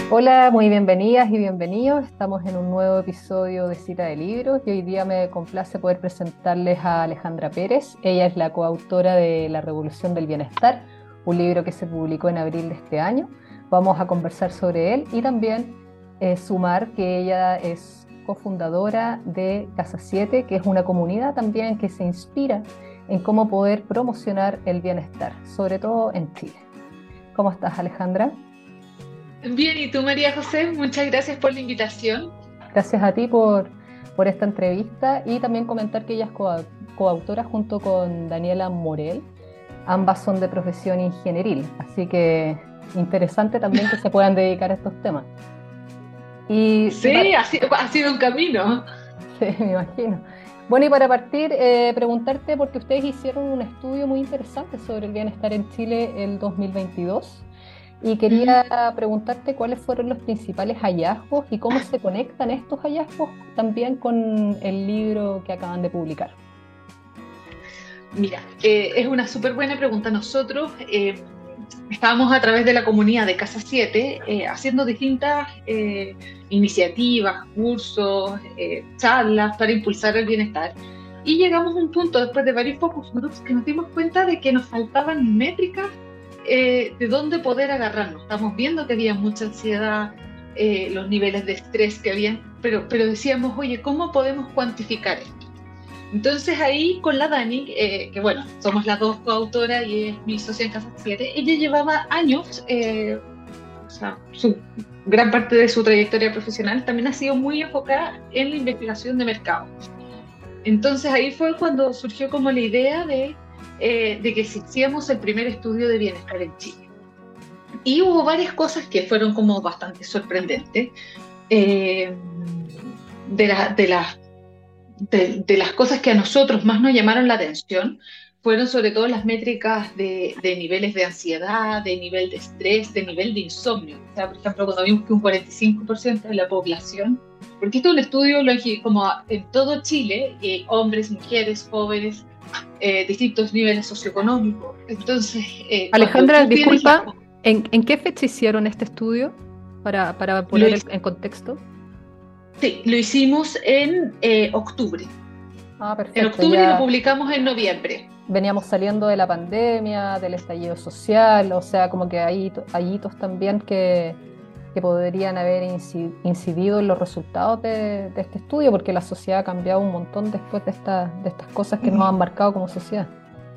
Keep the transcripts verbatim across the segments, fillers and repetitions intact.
Hola, muy bienvenidas y bienvenidos. Estamos en un nuevo episodio de Cita de Libros y hoy día me complace poder presentarles a Alejandra Pérez. Ella es la coautora de La Revolución del Bienestar, un libro que se publicó en abril de este año. Vamos a conversar sobre él y también eh, sumar que ella es cofundadora de Casa siete, que es una comunidad también que se inspira en cómo poder promocionar el bienestar, sobre todo en Chile. ¿Cómo estás, Alejandra? Bien, ¿y tú, María José? Muchas gracias por la invitación. Gracias a ti por, por esta entrevista y también comentar que ella es coau- coautora junto con Daniela Morel. Ambas son de profesión ingenieril, así que interesante también que se puedan dedicar a estos temas. Y Sí, para- ha sido, ha sido un camino. sí, me imagino. Bueno, y para partir, eh, preguntarte, porque ustedes hicieron un estudio muy interesante sobre el bienestar en Chile el dos mil veintidós. Y Mm, quería preguntarte cuáles fueron los principales hallazgos y cómo se conectan estos hallazgos también con el libro que acaban de publicar. Mira, eh, es una súper buena pregunta. Nosotros eh, estábamos a través de la comunidad de Casa siete eh, haciendo distintas eh, iniciativas, cursos, eh, charlas para impulsar el bienestar. Y llegamos a un punto, después de varios focus groups, que nos dimos cuenta de que nos faltaban métricas eh, de dónde poder agarrarnos. Estamos viendo que había mucha ansiedad, eh, los niveles de estrés que habían, pero, pero decíamos, oye, ¿cómo podemos cuantificar esto? Entonces ahí con la Dani, eh, que bueno, somos las dos coautoras y es mi socia en Casa siete, ella llevaba años, eh, o sea, su, gran parte de su trayectoria profesional también ha sido muy enfocada en la investigación de mercado. Entonces ahí fue cuando surgió como la idea de, eh, de que si hacíamos el primer estudio de bienestar en Chile. Y hubo varias cosas que fueron como bastante sorprendentes. Eh, de, la, de, las, de, de, las cosas que a nosotros más nos llamaron la atención fueron sobre todo las métricas de, de niveles de ansiedad, de nivel de estrés, de nivel de insomnio. O sea, por ejemplo, cuando vimos que un cuarenta y cinco por ciento de la población, porque esto es un estudio como en todo Chile, eh, hombres, mujeres, jóvenes, eh, distintos niveles socioeconómicos. Entonces, eh, cuando Alejandra, tú tienes las... disculpa, ¿en, en qué fecha hicieron este estudio para, para Lo, poner el- en contexto? sí, lo hicimos en eh, octubre. Ah, En perfecto, octubre y lo ya publicamos en noviembre. veníamos saliendo de la pandemia, del estallido social, o sea, como que hay hito- hay hitos también que, que podrían haber inci- incidido en los resultados de, de este estudio, porque la sociedad ha cambiado un montón después de, esta- de estas cosas que nos han marcado como sociedad.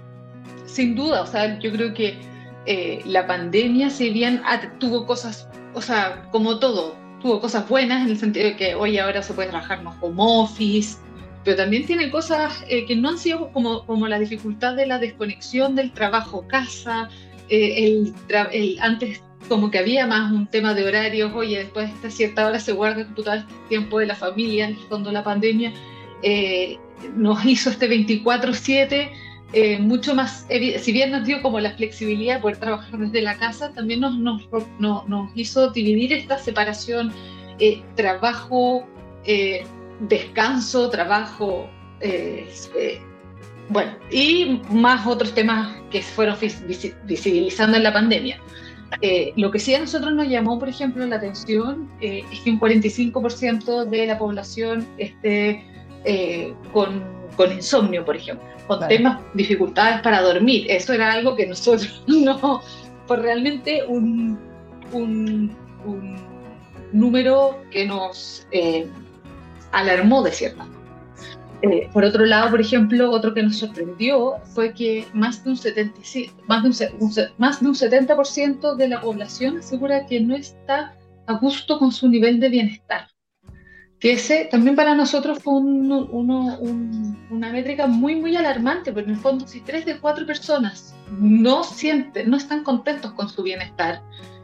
Sin duda, o sea, yo creo que eh, la pandemia, si bien ah, tuvo cosas, o sea, como todo, tuvo cosas buenas en el sentido de que hoy ahora se puede trabajar más home office, pero también tiene cosas eh, que no han sido como, como la dificultad de la desconexión del trabajo-casa, eh, el, tra- el- antes como que había más un tema de horarios, oye, después de esta cierta hora se guarda el computador, este tiempo de la familia, en el fondo la pandemia eh, nos hizo este veinticuatro siete eh, mucho más, si bien nos dio como la flexibilidad de poder trabajar desde la casa, también nos, nos, nos, nos hizo dividir esta separación, eh, trabajo, eh, descanso, trabajo, eh, eh, bueno, y más otros temas que fueron vis visibilizando en la pandemia. Eh, lo que sí a nosotros nos llamó, por ejemplo, la atención eh, es que un cuarenta y cinco por ciento de la población esté eh, con, con insomnio, por ejemplo, con Claro. temas, dificultades para dormir. Eso era algo que nosotros no, fue realmente un, un, un número que nos eh, alarmó de cierta forma. Eh, por otro lado, por ejemplo, otro que nos sorprendió fue que más de un, setenta, más de un, un, más de un setenta por ciento de la población asegura que no está a gusto con su nivel de bienestar. Que ese también para nosotros fue un, uno, un, una métrica muy, muy alarmante, porque en el fondo si tres de cuatro personas no sienten, no están contentos con su bienestar,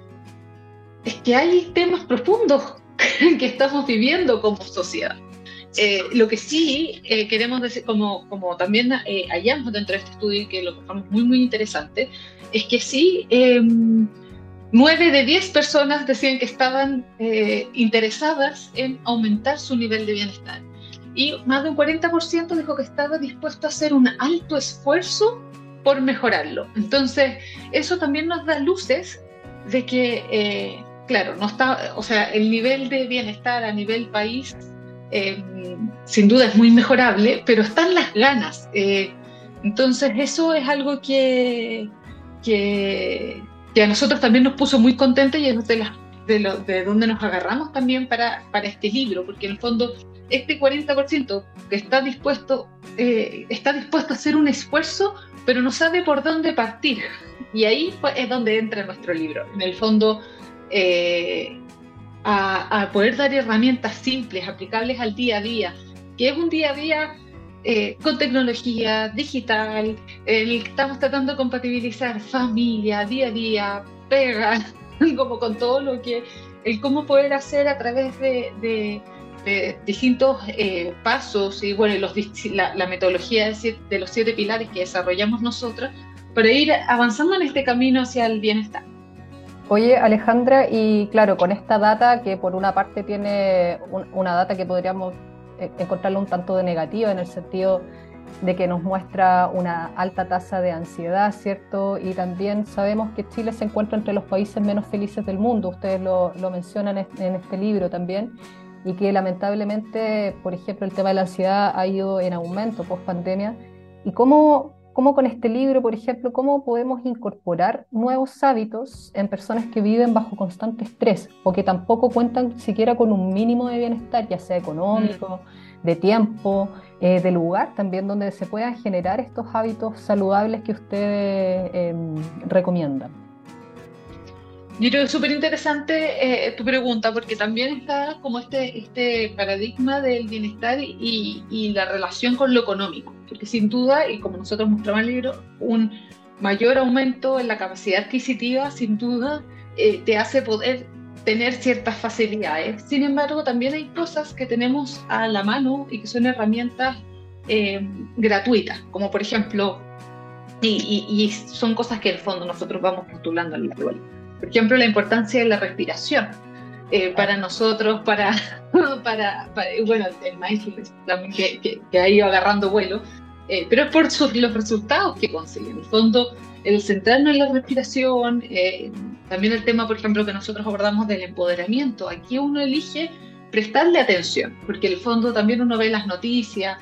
es que hay temas profundos que estamos viviendo como sociedad. Eh, lo que sí eh, queremos decir, como, como también eh, hallamos dentro de este estudio, y que lo encontramos muy, muy interesante, es que sí, eh, nueve de diez personas decían que estaban eh, interesadas en aumentar su nivel de bienestar. Y más de un cuarenta por ciento dijo que estaba dispuesto a hacer un alto esfuerzo por mejorarlo. Entonces, eso también nos da luces de que eh, claro, no está, o sea, el nivel de bienestar a nivel país eh, sin duda es muy mejorable, pero están las ganas. Eh, entonces eso es algo que, que, que a nosotros también nos puso muy contentos y es de, las, de, lo, de donde nos agarramos también para, para este libro, porque en el fondo este cuarenta por ciento que está dispuesto, eh, está dispuesto a hacer un esfuerzo, pero no sabe por dónde partir. Y ahí pues, es donde entra nuestro libro. En el fondo, eh, a, a poder dar herramientas simples, aplicables al día a día, que es un día a día eh, con tecnología digital, el que estamos tratando de compatibilizar familia, día a día, pega, como con todo lo que, el cómo poder hacer a través de, de, de distintos eh, pasos y bueno, los, la, la metodología de, siete, de los siete pilares que desarrollamos nosotros para ir avanzando en este camino hacia el bienestar. Oye, Alejandra, y claro, con esta data que por una parte tiene un, una data que podríamos encontrarla un tanto de negativa en el sentido de que nos muestra una alta tasa de ansiedad, ¿cierto? Y también sabemos que Chile se encuentra entre los países menos felices del mundo, ustedes lo, lo mencionan en este libro también, y que lamentablemente, por ejemplo, el tema de la ansiedad ha ido en aumento post pandemia. ¿Y cómo, cómo con este libro, por ejemplo, cómo podemos incorporar nuevos hábitos en personas que viven bajo constante estrés o que tampoco cuentan siquiera con un mínimo de bienestar, ya sea económico, mm. de tiempo, eh, de lugar también, donde se puedan generar estos hábitos saludables que ustedes eh, recomiendan? Yo creo que es súper interesante eh, tu pregunta, porque también está como este, este paradigma del bienestar y, y la relación con lo económico, porque sin duda, y como nosotros mostramos en el libro, un mayor aumento en la capacidad adquisitiva, sin duda, eh, te hace poder tener ciertas facilidades. Sin embargo, también hay cosas que tenemos a la mano y que son herramientas eh, gratuitas, como por ejemplo, y, y, y son cosas que en el fondo nosotros vamos postulando en el libro. Por ejemplo, la importancia de la respiración eh, para nosotros, para, para, para, bueno, el mindfulness también que, que, que ha ido agarrando vuelo, eh, pero es por sus, los resultados que consigue. En el fondo, el centrarnos en la respiración, eh, también el tema, por ejemplo, que nosotros abordamos del empoderamiento. Aquí uno elige prestarle atención, porque en el fondo también uno ve las noticias,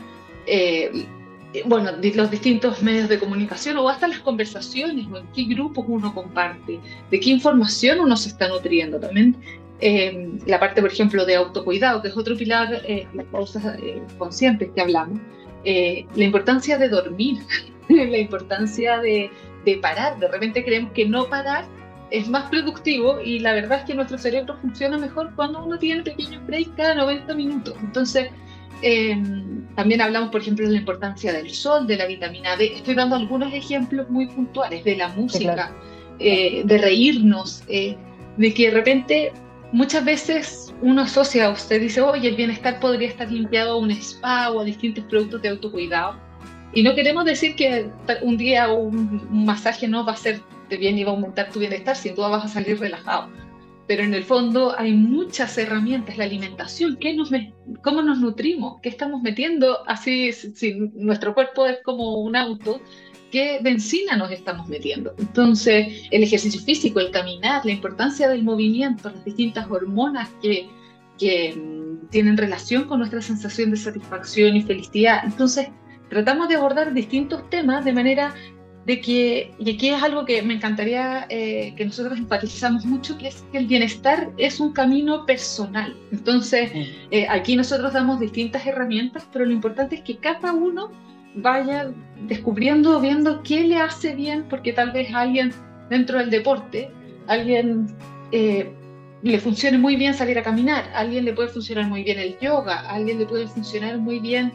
eh, bueno, los distintos medios de comunicación o hasta las conversaciones o en qué grupos uno comparte, de qué información uno se está nutriendo. También eh, la parte, por ejemplo, de autocuidado, que es otro pilar, eh, las pausas eh, conscientes que hablamos, eh, la importancia de dormir, la importancia de, de parar. De repente creemos que no parar es más productivo y la verdad es que nuestro cerebro funciona mejor cuando uno tiene pequeños breaks cada noventa minutos. Entonces, Eh, también hablamos, por ejemplo, de la importancia del sol, de la vitamina D. Estoy dando algunos ejemplos muy puntuales de la música, sí, claro. eh, de reírnos, eh, de que de repente muchas veces uno asocia, usted dice, oye, el bienestar podría estar limpiado a un spa o a distintos productos de autocuidado. Y no queremos decir que un día un, un masaje no va a hacerte bien y va a aumentar tu bienestar, sin duda vas a salir relajado. Pero en el fondo hay muchas herramientas, la alimentación, ¿qué nos, cómo nos nutrimos, qué estamos metiendo, así si nuestro cuerpo es como un auto, qué benzina nos estamos metiendo. Entonces, el ejercicio físico, el caminar, la importancia del movimiento, las distintas hormonas que, que um, tienen relación con nuestra sensación de satisfacción y felicidad. Entonces, tratamos de abordar distintos temas de manera de que, y aquí es algo que me encantaría eh, que nosotros enfatizamos mucho, que es que el bienestar es un camino personal. Entonces, eh, aquí nosotros damos distintas herramientas, pero lo importante es que cada uno vaya descubriendo, viendo qué le hace bien, porque tal vez a alguien dentro del deporte, a alguien eh, le funcione muy bien salir a caminar, a alguien le puede funcionar muy bien el yoga, a alguien le puede funcionar muy bien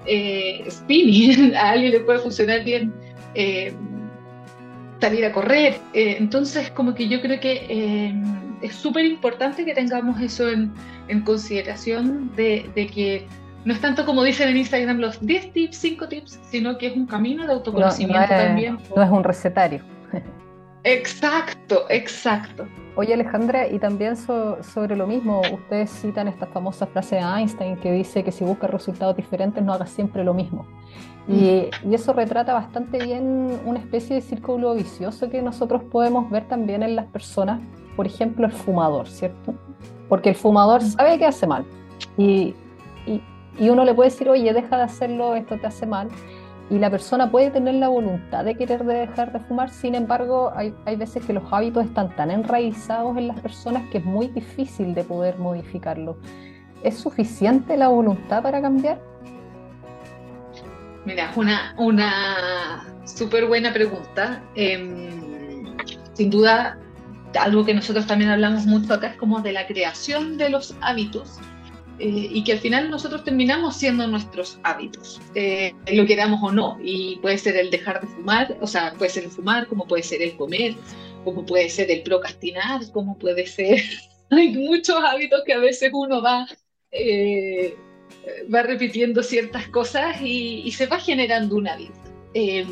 eh, spinning, a alguien le puede funcionar bien Eh, salir a correr. Eh, entonces, como que yo creo que eh, es súper importante que tengamos eso en, en consideración de, de que no es tanto como dicen en Instagram los diez tips, cinco tips, sino que es un camino de autoconocimiento no, no es, también. No es un recetario. Exacto, exacto. Oye, Alejandra, y también so, sobre lo mismo, ustedes citan esta famosa frase de Einstein que dice que si buscas resultados diferentes no hagas siempre lo mismo. Y, y eso retrata bastante bien una especie de círculo vicioso que nosotros podemos ver también en las personas, por ejemplo, el fumador, ¿cierto? Porque el fumador sabe que hace mal y, y, y uno le puede decir, oye, deja de hacerlo, esto te hace mal. Y la persona puede tener la voluntad de querer dejar de fumar, sin embargo, hay, hay veces que los hábitos están tan enraizados en las personas que es muy difícil de poder modificarlo. ¿Es suficiente la voluntad para cambiar? Mira, una, una súper buena pregunta. Eh, sin duda, algo que nosotros también hablamos mucho acá es como de la creación de los hábitos. Eh, y que al final nosotros terminamos siendo nuestros hábitos, eh, lo queramos o no, y puede ser el dejar de fumar, o sea, puede ser el fumar, como puede ser el comer, como puede ser el procrastinar, como puede ser, hay muchos hábitos que a veces uno va, eh, va repitiendo ciertas cosas y, y se va generando un hábito. Eh,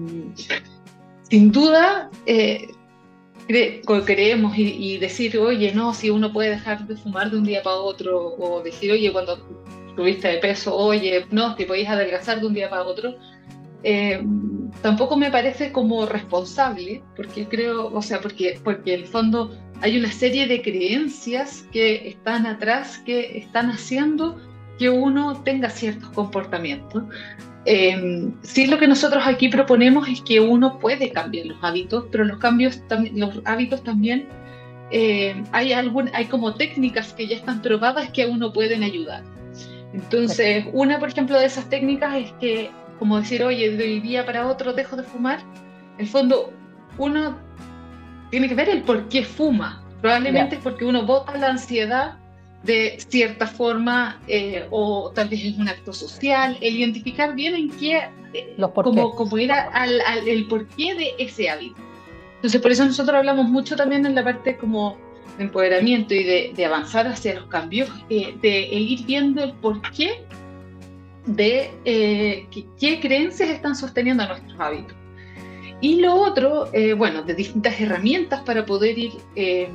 sin duda, eh, Cre creemos y, y decir, oye, no, si uno puede dejar de fumar de un día para otro, o decir, oye, cuando subiste de peso, oye, no, que podéis adelgazar de un día para otro, eh, tampoco me parece como responsable, porque creo, o sea, porque, porque en el fondo hay una serie de creencias que están atrás, que están haciendo que uno tenga ciertos comportamientos. Eh, sí, lo que nosotros aquí proponemos es que uno puede cambiar los hábitos, pero los cambios, los hábitos también, eh, hay, algún, hay como técnicas que ya están probadas que a uno pueden ayudar. Entonces, una, por ejemplo, de esas técnicas es que, como decir, oye, de un día para otro dejo de fumar, en el fondo, uno tiene que ver el por qué fuma. Probablemente yeah. es porque uno bota la ansiedad de cierta forma, eh, o tal vez es un acto social, el identificar bien en qué, eh, como, como ir a, al, al el porqué de ese hábito. Entonces, por eso nosotros hablamos mucho también en la parte como de empoderamiento y de, de avanzar hacia los cambios, eh, de ir viendo el porqué de eh, qué, qué creencias están sosteniendo nuestros hábitos. Y lo otro, eh, bueno, de distintas herramientas para poder ir eh,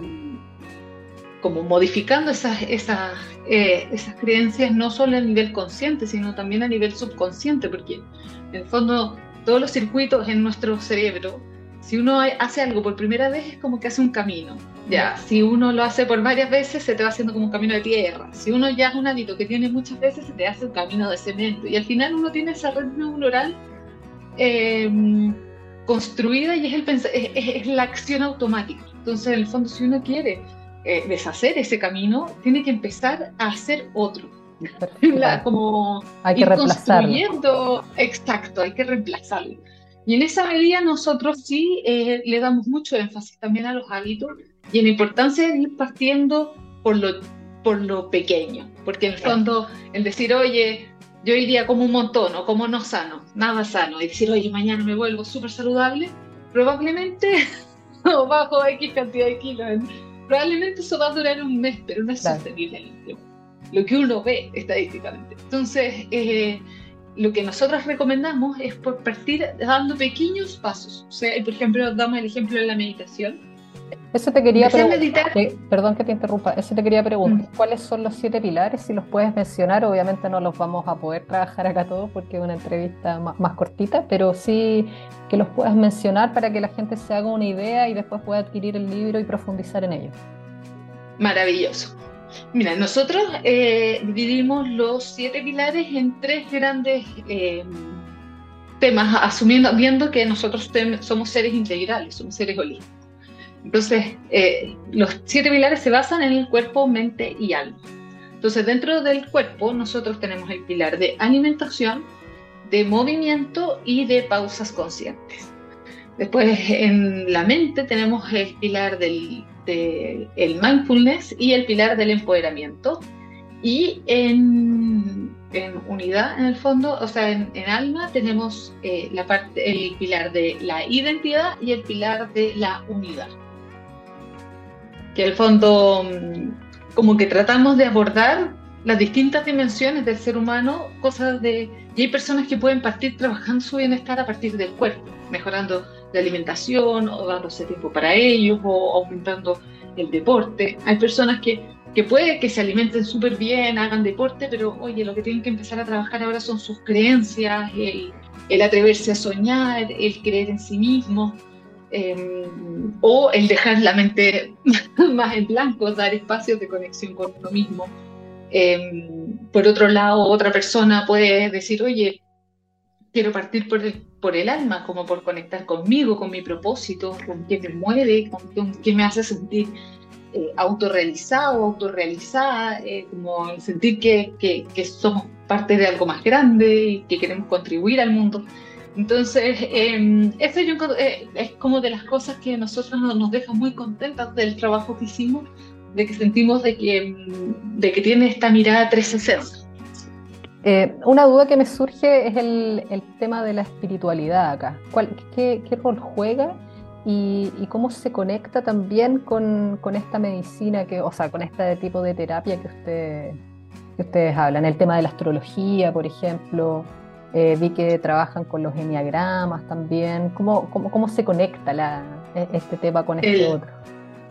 como modificando esas, esas, eh, esas creencias, no solo a nivel consciente, sino también a nivel subconsciente, porque en el fondo todos los circuitos en nuestro cerebro, si uno hace algo por primera vez es como que hace un camino, ya, si uno lo hace por varias veces se te va haciendo como un camino de tierra, si uno ya es un hábito que tiene muchas veces se te hace un camino de cemento, y al final uno tiene esa red neuronal eh, construida y es, el es, es, es la acción automática. Entonces, en el fondo, si uno quiere Eh, deshacer ese camino, tiene que empezar a hacer otro. La, como hay que ir reemplazarlo. Construyendo, exacto, hay que reemplazarlo. Y en esa medida nosotros sí eh, le damos mucho énfasis también a los hábitos y en la importancia de ir partiendo por lo, por lo pequeño, porque en el fondo el decir, oye, yo hoy día como un montón o como no sano, nada sano, y decir, oye, mañana me vuelvo súper saludable, probablemente o bajo X cantidad de kilos. Probablemente eso va a durar un mes, pero no es claro. sostenible en el tiempo. Lo que uno ve estadísticamente. Entonces, eh, lo que nosotros recomendamos es por partir dando pequeños pasos. O sea, por ejemplo, damos el ejemplo de la meditación. Eso te quería preguntar, te, perdón que te interrumpa, eso te quería preguntar, mm. ¿cuáles son los siete pilares? Si los puedes mencionar, obviamente no los vamos a poder trabajar acá todos porque es una entrevista más, más cortita, pero sí que los puedas mencionar para que la gente se haga una idea y después pueda adquirir el libro y profundizar en ello. Maravilloso. Mira, nosotros eh, dividimos los siete pilares en tres grandes eh, temas, asumiendo, viendo que nosotros tem- somos seres integrales, somos seres holísticos. Entonces, eh, los siete pilares se basan en el cuerpo, mente y alma. Entonces, dentro del cuerpo, nosotros tenemos el pilar de alimentación, de movimiento y de pausas conscientes. Después, en la mente, tenemos el pilar del de, el mindfulness y el pilar del empoderamiento. Y en, en unidad, en el fondo, o sea, en, en alma, tenemos eh, la parte, el pilar de la identidad y el pilar de la unidad. Que en el fondo como que tratamos de abordar las distintas dimensiones del ser humano, cosas de... Y hay personas que pueden partir trabajando su bienestar a partir del cuerpo, mejorando la alimentación, o dándose tiempo para ellos, o aumentando el deporte. Hay personas que, que puede que se alimenten súper bien, hagan deporte, pero oye, lo que tienen que empezar a trabajar ahora son sus creencias, el, el atreverse a soñar, el creer en sí mismos. eh, o el dejar la mente más en blanco, dar espacios de conexión con uno mismo. Eh, por otro lado, otra persona puede decir, oye, quiero partir por el, por el alma, como por conectar conmigo, con mi propósito, con qué me mueve, con, con qué me hace sentir eh, autorrealizado, autorrealizada, eh, como el sentir que, que, que somos parte de algo más grande y que queremos contribuir al mundo. Entonces, eh, eso yo, eh, es como de las cosas que a nosotros nos deja muy contentas del trabajo que hicimos, de que sentimos de que, de que tiene esta mirada trescientos sesenta. Eh, una duda que me surge es el, el tema de la espiritualidad acá. ¿Cuál, qué, qué rol juega y, y cómo se conecta también con, con esta medicina, que, o sea, con este tipo de terapia que, usted, que ustedes hablan? El tema de la astrología, por ejemplo. Eh, vi que trabajan con los enneagramas también. ¿Cómo, cómo, cómo se conecta la, este tema con este El, otro?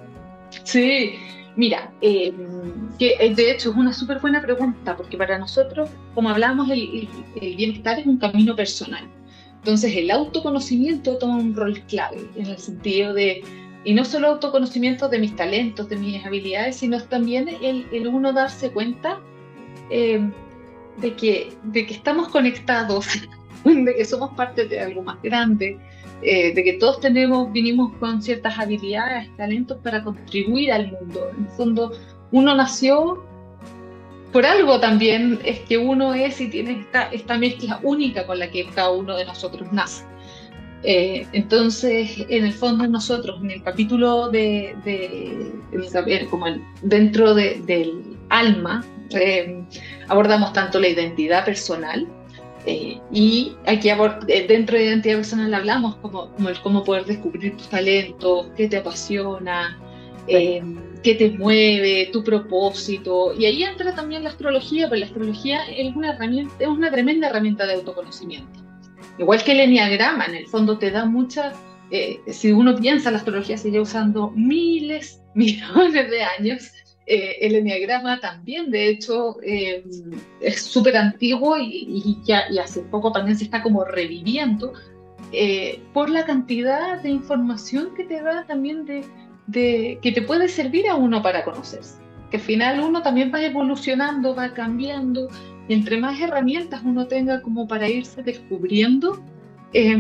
sí, mira, eh, que eh, de hecho es una súper buena pregunta, porque para nosotros, como hablábamos, el, el, el bienestar es un camino personal. Entonces el autoconocimiento toma un rol clave, en el sentido de, y no solo autoconocimiento de mis talentos, de mis habilidades, sino también el, el uno darse cuenta eh, de, que, de que estamos conectados, de que somos parte de algo más grande, eh, de que todos tenemos, vinimos con ciertas habilidades, talentos para contribuir al mundo. En el fondo, uno nació por algo también, es que uno es y tiene esta, esta mezcla única con la que cada uno de nosotros nace. Eh, entonces, en el fondo nosotros, en el capítulo de, de, de como el, dentro de, del alma, eh, abordamos tanto la identidad personal, eh, y aquí abord, dentro de identidad personal hablamos como, como el cómo poder descubrir tus talentos, qué te apasiona, eh, qué te mueve, tu propósito. Y ahí entra también la astrología, porque la astrología es una herramienta, es una tremenda herramienta de autoconocimiento. Igual que el enneagrama, en el fondo te da mucha, eh, si uno piensa, la astrología se lleva usando miles, millones de años. Eh, el enneagrama también, de hecho, eh, es súper antiguo y, y, ya, y hace poco también se está como reviviendo eh, por la cantidad de información que te da también de, de, que te puede servir a uno para conocerse. Que al final uno también va evolucionando, va cambiando, y entre más herramientas uno tenga como para irse descubriendo, eh,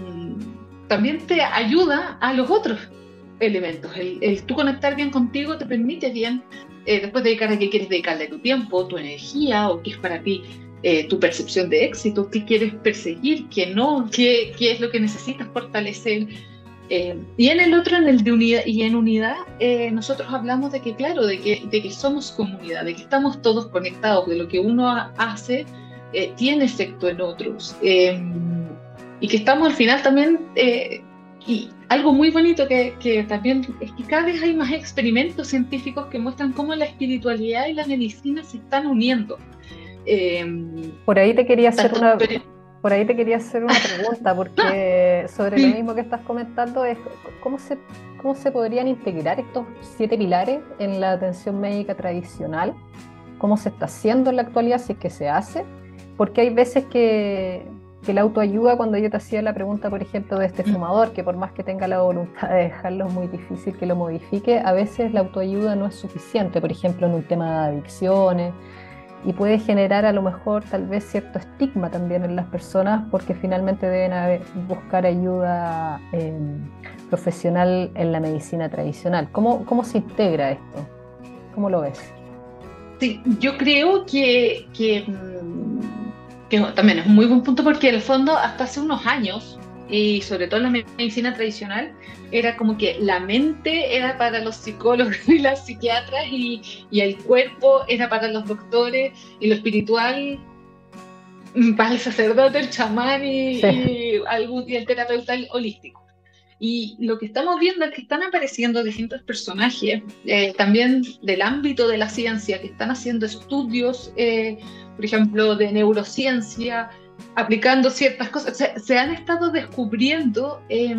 también te ayuda a los otros elementos. El, el tú conectar bien contigo te permite bien eh, después dedicar a qué quieres dedicarle tu tiempo, tu energía, o qué es para ti eh, tu percepción de éxito, qué quieres perseguir, qué no, qué, qué es lo que necesitas fortalecer. Eh, y en el otro, en el de unidad, y en unidad, eh, nosotros hablamos de que, claro, de que, de que somos comunidad, de que estamos todos conectados, de lo que uno hace eh, tiene efecto en otros, eh, y que estamos al final también, eh, y algo muy bonito que, que también es que cada vez hay más experimentos científicos que muestran cómo la espiritualidad y la medicina se están uniendo. Eh, Por ahí te quería hacer una... Por ahí te quería hacer una pregunta, porque sobre lo mismo que estás comentando, es cómo se, cómo se podrían integrar estos siete pilares en la atención médica tradicional, cómo se está haciendo en la actualidad, si es que se hace, porque hay veces que, que la autoayuda, cuando yo te hacía la pregunta, por ejemplo, de este fumador, que por más que tenga la voluntad de dejarlo, es muy difícil que lo modifique, a veces la autoayuda no es suficiente, por ejemplo, en un tema de adicciones, y puede generar a lo mejor tal vez cierto estigma también en las personas, porque finalmente deben haber, buscar ayuda eh, profesional en la medicina tradicional. ¿Cómo, cómo se integra esto? ¿Cómo lo ves? Sí, yo creo que, que, que también es un muy buen punto, porque en el fondo hasta hace unos años, y sobre todo en la medicina tradicional, era como que la mente era para los psicólogos y las psiquiatras, y, y el cuerpo era para los doctores, y lo espiritual para el sacerdote, el chamán y, sí. y, algún, y el terapeuta holístico. Y lo que estamos viendo es que están apareciendo distintos personajes, eh, también del ámbito de la ciencia, que están haciendo estudios, eh, por ejemplo, de neurociencia, aplicando ciertas cosas. Se, se han estado descubriendo, eh,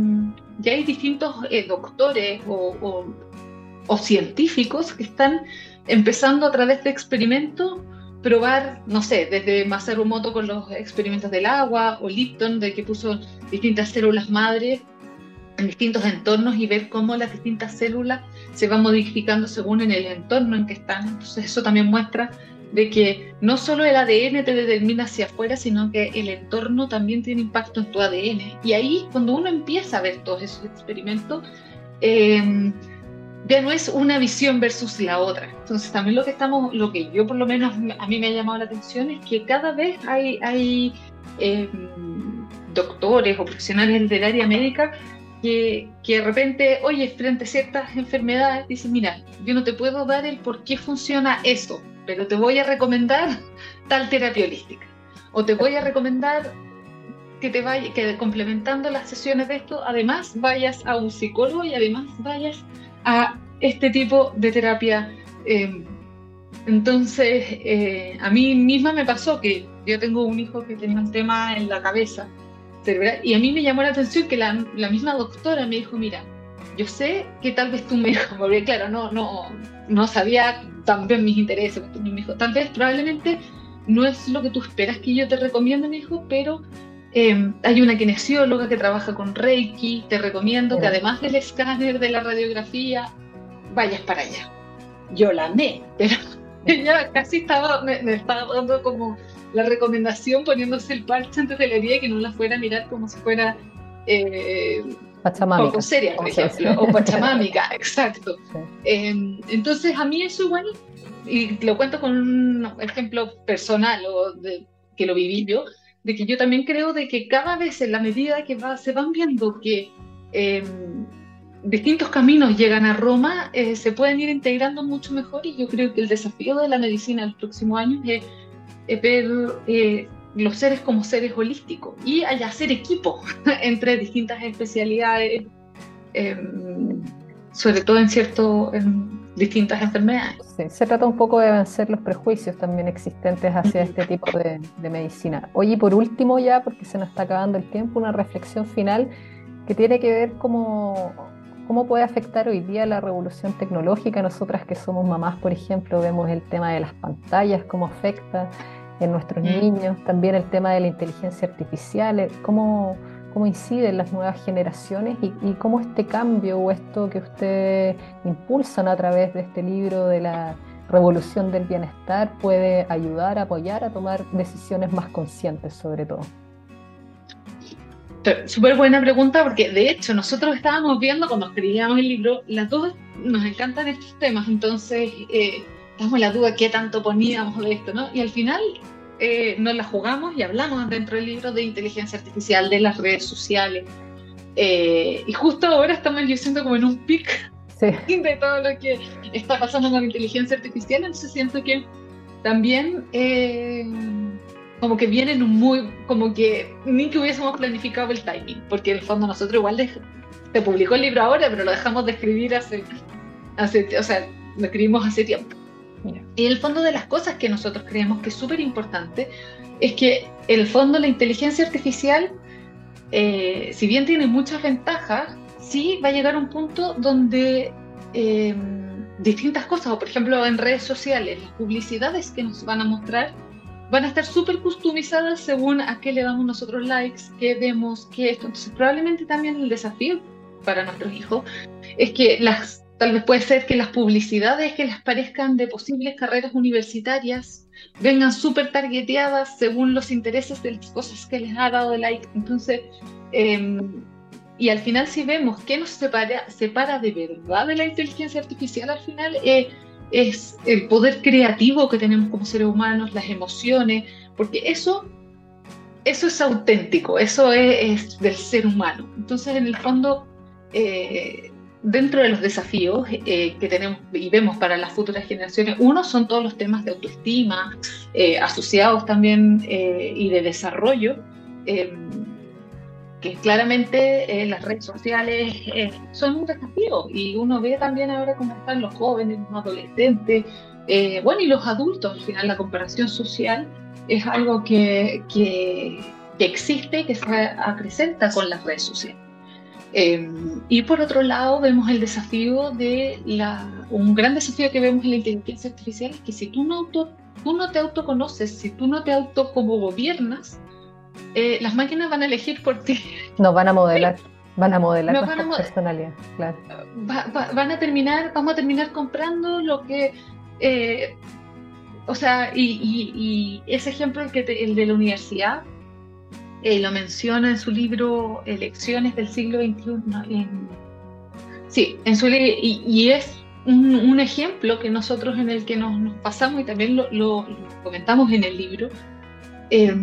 ya hay distintos eh, doctores o, o, o científicos que están empezando a través de experimentos probar, no sé, desde Masaru Emoto con los experimentos del agua, o Lipton, de que puso distintas células madre en distintos entornos y ver cómo las distintas células se van modificando según en el entorno en que están. Entonces eso también muestra de que no solo el A D N te determina hacia afuera, sino que el entorno también tiene impacto en tu A D N. Y ahí, cuando uno empieza a ver todos esos experimentos, eh, ya no es una visión versus la otra. Entonces también lo que estamos, lo que yo por lo menos a mí me ha llamado la atención es que cada vez hay, hay eh, doctores o profesionales del área médica que, que de repente, oye, frente a ciertas enfermedades, dicen, mira, yo no te puedo dar el por qué funciona eso, pero te voy a recomendar tal terapia holística. O te voy a recomendar que te vaya, que complementando las sesiones de esto, además vayas a un psicólogo y además vayas a este tipo de terapia. Eh, entonces, eh, a mí misma me pasó que yo tengo un hijo que tenía un tema en la cabeza cerebral y a mí me llamó la atención que la, la misma doctora me dijo, mira, yo sé que tal vez tú me dijo, porque claro, no, no, no sabía también mis intereses, me dijo, tal vez probablemente no es lo que tú esperas que yo te recomiende, me dijo, pero eh, hay una kinesióloga que trabaja con Reiki, te recomiendo que además del escáner, de la radiografía, vayas para allá. Yo la amé, pero ella casi estaba, me, me estaba dando como la recomendación poniéndose el parche antes de la herida y que no la fuera a mirar como si fuera eh, poco seria, por ejemplo, o pachamámica, exacto. Sí. Eh, entonces a mí eso igual, y lo cuento con un ejemplo personal o de, que lo viví yo, de que yo también creo de que cada vez en la medida que va, se van viendo que eh, distintos caminos llegan a Roma, eh, se pueden ir integrando mucho mejor, y yo creo que el desafío de la medicina en los próximos años es, es ver eh, los seres como seres holísticos y hacer equipo entre distintas especialidades, eh, sobre todo en, cierto, en distintas enfermedades. Sí, se trata un poco de vencer los prejuicios también existentes hacia este tipo de, de medicina. Oye, por último ya, porque se nos está acabando el tiempo, una reflexión final que tiene que ver cómo, cómo puede afectar hoy día la revolución tecnológica. Nosotras que somos mamás, por ejemplo, vemos el tema de las pantallas, cómo afecta en nuestros mm. niños, también el tema de la inteligencia artificial, cómo, cómo incide en las nuevas generaciones y, y cómo este cambio o esto que ustedes impulsan a través de este libro de la revolución del bienestar puede ayudar, apoyar a tomar decisiones más conscientes sobre todo. Súper buena pregunta, porque de hecho nosotros estábamos viendo cuando escribíamos el libro, las dos nos encantan estos temas, entonces eh, estamos en la duda qué tanto poníamos de esto, ¿no? Y al final eh, nos la jugamos y hablamos dentro del libro de inteligencia artificial, de las redes sociales, eh, y justo ahora estamos, yo siento, como en un pic sí. de todo lo que está pasando con la inteligencia artificial, entonces siento que también eh, como que vienen muy, como que ni que hubiésemos planificado el timing, porque en el fondo nosotros igual de, se publicó el libro ahora, pero lo dejamos de escribir hace, hace o sea, lo escribimos hace tiempo. Mira. Y el fondo de las cosas que nosotros creemos que es súper importante es que el fondo la inteligencia artificial, eh, si bien tiene muchas ventajas, sí va a llegar a un punto donde eh, distintas cosas, o por ejemplo en redes sociales, las publicidades que nos van a mostrar van a estar súper customizadas según a qué le damos nosotros likes, qué vemos, qué esto. Entonces probablemente también el desafío para nuestros hijos es que las tal vez puede ser que las publicidades que les parezcan de posibles carreras universitarias vengan súper targeteadas según los intereses de las cosas que les ha dado de like. Entonces, eh, y al final si vemos qué nos separa, separa de verdad de la inteligencia artificial, al final eh, es el poder creativo que tenemos como seres humanos, las emociones, porque eso, eso es auténtico, eso es, es del ser humano. Entonces, en el fondo, eh, dentro de los desafíos eh, que tenemos y vemos para las futuras generaciones, uno son todos los temas de autoestima, eh, asociados también eh, y de desarrollo, eh, que claramente eh, las redes sociales eh, son un desafío, y uno ve también ahora cómo están los jóvenes, los adolescentes, eh, bueno, y los adultos. Al final la comparación social es algo que, que, que existe, que se acrecenta con las redes sociales. Eh, y por otro lado vemos el desafío de la, un gran desafío que vemos en la inteligencia artificial, es que si tú no, auto, tú no te autoconoces, si tú no te auto como gobiernas, eh, las máquinas van a elegir por ti. Nos van a modelar. Van a modelar Nos van nuestra a, personalidad, claro. va- va- van a terminar, vamos a terminar comprando lo que, eh, o sea, y, y- y ese ejemplo, el, que te- el de la universidad, eh, lo menciona en su libro Elecciones del siglo veintiuno. En- sí, en su li- y, y es un, un ejemplo que nosotros en el que nos, nos pasamos y también lo, lo- lo comentamos en el libro, eh,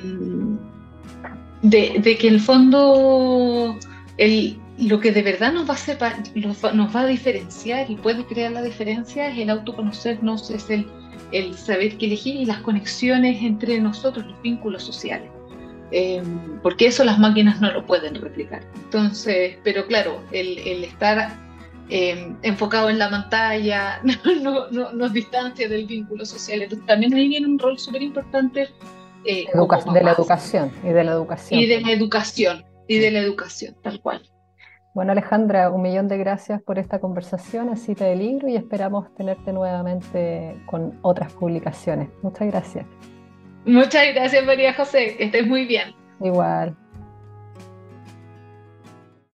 de, de que en el fondo el, lo que de verdad nos va a separ- nos va, nos va a diferenciar y puede crear la diferencia es el autoconocernos, es el, el saber qué elegir y las conexiones entre nosotros, los vínculos sociales. Eh, porque eso las máquinas no lo pueden replicar. Entonces, pero claro, el, el estar eh, enfocado en la pantalla no, no, nos distancia del vínculo social. Entonces, también ahí viene un rol súper importante eh, Educa- como de la papás educación y de la y educación. de la educación, y de la educación, tal cual. Bueno, Alejandra, un millón de gracias por esta conversación en Cita de Libro y esperamos tenerte nuevamente con otras publicaciones. Muchas gracias. Muchas gracias, María José, que estés muy bien. Igual.